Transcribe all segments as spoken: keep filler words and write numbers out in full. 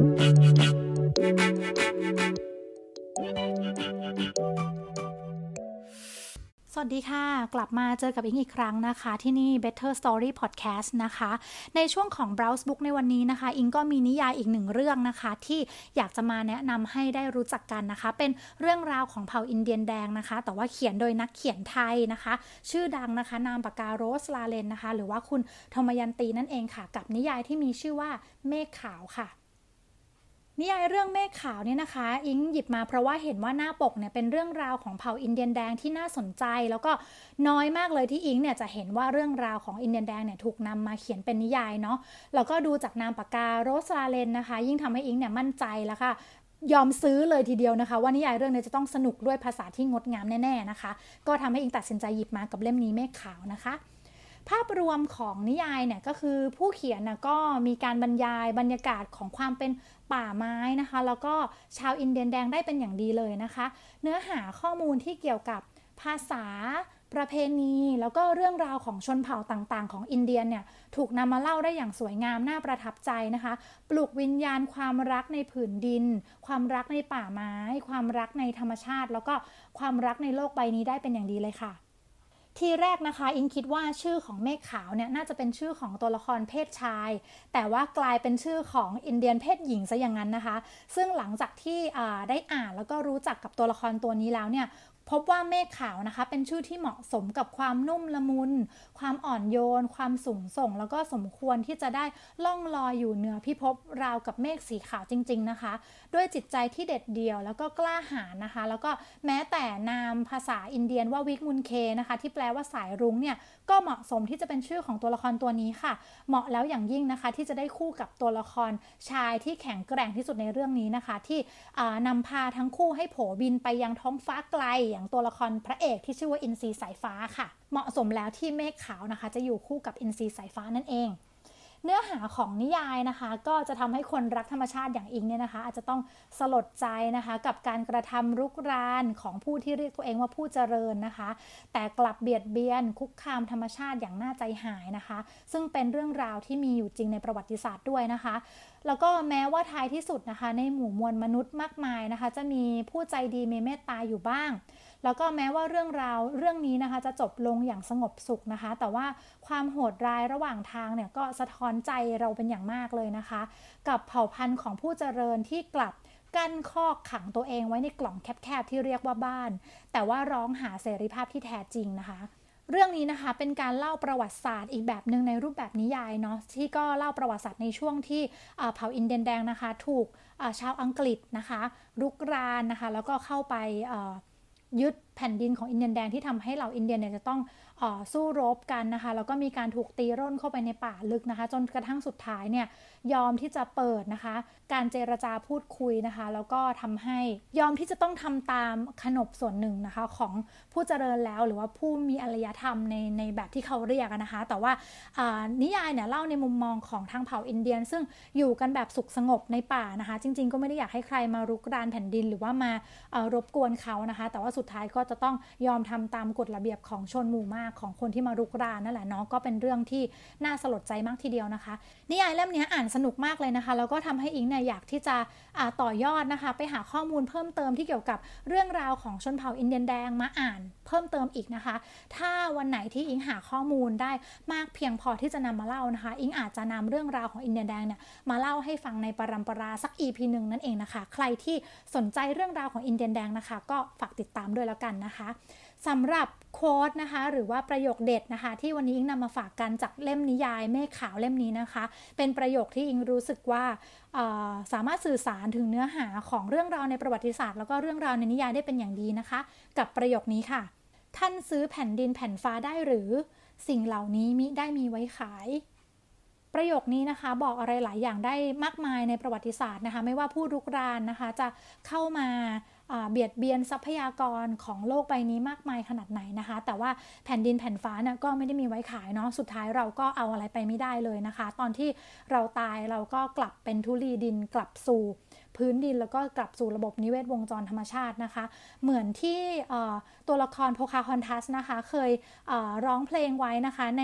สวัสดีค่ะกลับมาเจอกับอิงอีกครั้งนะคะที่นี่ Better Story Podcast นะคะในช่วงของ Browse Book ในวันนี้นะคะอิงก็มีนิยายอีกหนึ่งเรื่องนะคะที่อยากจะมาแนะนำให้ได้รู้จักกันนะคะเป็นเรื่องราวของเผ่าอินเดียนแดงนะคะแต่ว่าเขียนโดยนักเขียนไทยนะคะชื่อดังนะคะนามปากกาโรสลาเลนนะคะหรือว่าคุณธมยันตีนั่นเองค่ะกับนิยายที่มีชื่อว่าเมฆขาวค่ะนิยายเรื่องเมฆขาวเนี่ยนะคะอิงหยิบมาเพราะว่าเห็นว่าหน้าปกเนี่ยเป็นเรื่องราวของเผ่าอินเดียนแดงที่น่าสนใจแล้วก็น้อยมากเลยที่อิงเนี่ยจะเห็นว่าเรื่องราวของอินเดียนแดงเนี่ยถูกนำมาเขียนเป็นนิยายเนาะแล้วก็ดูจากนามปากกาโรสลาเลนนะคะยิ่งทำให้อิงเนี่ยมั่นใจแล้วค่ะยอมซื้อเลยทีเดียวนะคะว่านิยายเรื่องนี้จะต้องสนุกด้วยภาษาที่งดงามแน่ๆนะคะก็ทำให้อิงตัดสินใจหยิบมากับเล่มนี้เมฆขาวนะคะภาพรวมของนิยายเนี่ยก็คือผู้เขียนนะก็มีการบรรยายบรรยากาศของความเป็นป่าไม้นะคะแล้วก็ชาวอินเดียนแดงได้เป็นอย่างดีเลยนะคะเนื้อหาข้อมูลที่เกี่ยวกับภาษาประเพณีแล้วก็เรื่องราวของชนเผ่าต่างๆของอินเดียเนี่ยถูกนำมาเล่าได้อย่างสวยงามน่าประทับใจนะคะปลุกวิญญาณความรักในผืนดินความรักในป่าไม้ความรักในธรรมชาติแล้วก็ความรักในโลกใบนี้ได้เป็นอย่างดีเลยค่ะทีแรกนะคะอิงคิดว่าชื่อของเมฆขาวเนี่ยน่าจะเป็นชื่อของตัวละครเพศชายแต่ว่ากลายเป็นชื่อของอินเดียนเพศหญิงซะอย่างนั้นนะคะซึ่งหลังจากที่ได้อ่านแล้วก็รู้จักกับตัวละครตัวนี้แล้วเนี่ยพบว่าเมฆขาวนะคะเป็นชื่อที่เหมาะสมกับความนุ่มละมุนความอ่อนโยนความสูงส่งแล้วก็สมควรที่จะได้ล่องลอยอยู่เหนือพิภพราวกับเมฆสีขาวจริงๆนะคะด้วยจิตใจที่เด็ดเดี่ยวแล้วก็กล้าหาญนะคะแล้วก็แม้แต่นามภาษาอินเดียนว่าวิกมุนเคนะคะที่แปลว่าสายรุ้งเนี่ยก็เหมาะสมที่จะเป็นชื่อของตัวละครตัวนี้ค่ะเหมาะแล้วอย่างยิ่งนะคะที่จะได้คู่กับตัวละครชายที่แข็งแกร่งที่สุดในเรื่องนี้นะคะที่นำพาทั้งคู่ให้โผบินไปยังท้องฟ้าไกลอย่างตัวละครพระเอกที่ชื่อว่าอินทรีสายฟ้าค่ะเหมาะสมแล้วที่เมฆขาวนะคะจะอยู่คู่กับอินทรีสายฟ้านั่นเองเนื้อหาของนิยายนะคะก็จะทำให้คนรักธรรมชาติอย่างอิงเนี่ยนะคะอาจจะต้องสลดใจนะคะกับการกระทำรุกรานของผู้ที่เรียกตัวเองว่าผู้เจริญนะคะแต่กลับเบียดเบียนคุกคามธรรมชาติอย่างน่าใจหายนะคะซึ่งเป็นเรื่องราวที่มีอยู่จริงในประวัติศาสตร์ด้วยนะคะแล้วก็แม้ว่าท้ายที่สุดนะคะในหมู่มวลมนุษย์มากมายนะคะจะมีผู้ใจดีมีเมตตาอยู่บ้างแล้วก็แม้ว่าเรื่องราวเรื่องนี้นะคะจะจบลงอย่างสงบสุขนะคะแต่ว่าความโหดร้ายระหว่างทางเนี่ยก็สะท้อนใจเราเป็นอย่างมากเลยนะคะกับเผ่าพันธุ์ของผู้เจริญที่กลับกั้นคอกขังตัวเองไว้ในกล่องแคบๆที่เรียกว่าบ้านแต่ว่าร้องหาเสรีภาพที่แท้จริงนะคะเรื่องนี้นะคะเป็นการเล่าประวัติศาสตร์อีกแบบนึงในรูปแบบนิยายเนาะที่ก็เล่าประวัติศาสตร์ในช่วงที่เผ่าอินเดียนแดงนะคะถูกชาวอังกฤษนะคะรุกรานนะคะแล้วก็เข้าไปยึดแผ่นดินของอินเดียนแดงที่ทำให้เหล่าอินเดียนเนี่ยจะต้องออสู้รบกันนะคะแล้วก็มีการถูกตีร่นเข้าไปในป่าลึกนะคะจนกระทั่งสุดท้ายเนี่ยยอมที่จะเปิดนะคะการเจรจาพูดคุยนะคะแล้วก็ทำให้ยอมที่จะต้องทำตามขนบส่วนหนึ่งนะคะของผู้เจริญแล้วหรือว่าผู้มีอารยธรรมในในแบบที่เขาเรียกนะคะแต่ว่านิยายเนี่ยเล่าในมุมมองของทางเผ่าอินเดียนซึ่งอยู่กันแบบสุขสงบในป่านะคะจริงๆก็ไม่ได้อยากให้ใครมารุกรานแผ่นดินหรือว่ามารบกวนเขานะคะแต่ว่าสุดท้ายก็จะต้องยอมทำตามกฎระเบียบของชนหมู่มากของคนที่มารุกรานนั่นแหละเนาะก็เป็นเรื่องที่น่าสลดใจมากทีเดียวนะคะนิยายเล่มนี้อ่านสนุกมากเลยนะคะแล้วก็ทำให้อิงเนี่ยอยากที่จะต่อยอดนะคะไปหาข้อมูลเพิ่มเติมที่เกี่ยวกับเรื่องราวของชนเผ่าอินเดียนแดงมาอ่านเพิ่มเติมอีกนะคะถ้าวันไหนที่อิงหาข้อมูลได้มากเพียงพอที่จะนำมาเล่านะคะอิงอาจจะนำเรื่องราวของอินเดียนแดงเนี่ยมาเล่าให้ฟังในปรัมปราสัก อี พี หนึ่งนั่นเองนะคะใครที่สนใจเรื่องราวของอินเดียนแดงนะคะก็ฝากติดตามด้วยแล้วกันนะคะสำหรับโค้ดนะคะหรือว่าประโยคเด็ดนะคะที่วันนี้อิงนำมาฝากกันจากเล่มนิยายเมฆขาวเล่มนี้นะคะเป็นประโยคที่อิงรู้สึกว่าสามารถสื่อสารถึงเนื้อหาของเรื่องราวในประวัติศาสตร์แล้วก็เรื่องราวในนิยายได้เป็นอย่างดีนะคะกับประโยคนี้ค่ะท่านซื้อแผ่นดินแผ่นฟ้าได้หรือสิ่งเหล่านี้มิได้มีไว้ขายประโยคนี้นะคะบอกอะไรหลายอย่างได้มากมายในประวัติศาสตร์นะคะไม่ว่าผู้รุกรานนะคะจะเข้ามาเบียดเบียนทรัพยากรของโลกใบนี้มากมายขนาดไหนนะคะแต่ว่าแผ่นดินแผ่นฟ้าเนี่ยก็ไม่ได้มีไว้ขายเนาะสุดท้ายเราก็เอาอะไรไปไม่ได้เลยนะคะตอนที่เราตายเราก็กลับเป็นธุลีดินกลับสู่พื้นดินแล้วก็กลับสู่ระบบนิเวศวงจรธรรมชาตินะคะเหมือนที่ตัวละครโพคาฮอนทัสนะคะเคยร้องเพลงไว้นะคะใน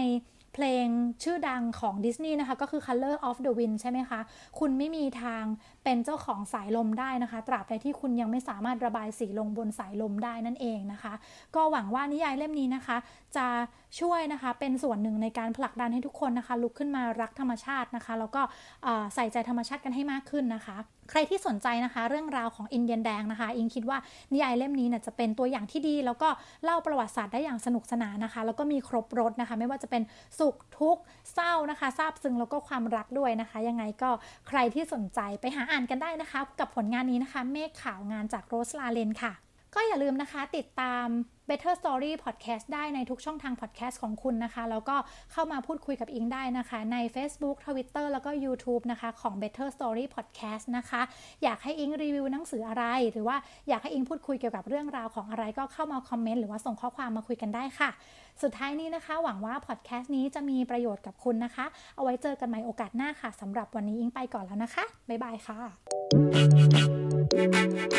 เพลงชื่อดังของดิสนีย์นะคะก็คือ Color of the Wind ใช่ไหมคะคุณไม่มีทางเป็นเจ้าของสายลมได้นะคะตราบใดที่คุณยังไม่สามารถระบายสีลงบนสายลมได้นั่นเองนะคะก็หวังว่านิยายเล่มนี้นะคะจะช่วยนะคะเป็นส่วนหนึ่งในการผลักดันให้ทุกคนนะคะลุกขึ้นมารักธรรมชาตินะคะแล้วก็ใส่ใจธรรมชาติกันให้มากขึ้นนะคะใครที่สนใจนะคะเรื่องราวของอินเดียนแดงนะคะอิงคิดว่านิยายเล่มนี้เนี่ยจะเป็นตัวอย่างที่ดีแล้วก็เล่าประวัติศาสตร์ได้อย่างสนุกสนานนะคะแล้วก็มีครบรสนะคะไม่ว่าจะเป็นสุขทุกข์เศร้านะคะซาบซึ้งแล้วก็ความรักด้วยนะคะยังไงก็ใครที่สนใจไปหาอ่านกันได้นะคะกับผลงานนี้นะคะเมฆขาวงานจากโรสลาเลนค่ะก็อย่าลืมนะคะติดตาม Better Story Podcast ได้ในทุกช่องทาง podcast ของคุณนะคะแล้วก็เข้ามาพูดคุยกับอิงได้นะคะใน Facebook Twitter แล้วก็ YouTube นะคะของ Better Story Podcast นะคะอยากให้อิงรีวิวหนังสืออะไรหรือว่าอยากให้อิงพูดคุยเกี่ยวกับเรื่องราวของอะไรก็เข้ามาคอมเมนต์หรือว่าส่งข้อความมาคุยกันได้ค่ะสุดท้ายนี้นะคะหวังว่า podcast นี้จะมีประโยชน์กับคุณนะคะเอาไว้เจอกันใหม่โอกาสหน้าค่ะสำหรับวันนี้อิงไปก่อนแล้วนะคะบ๊ายบายค่ะ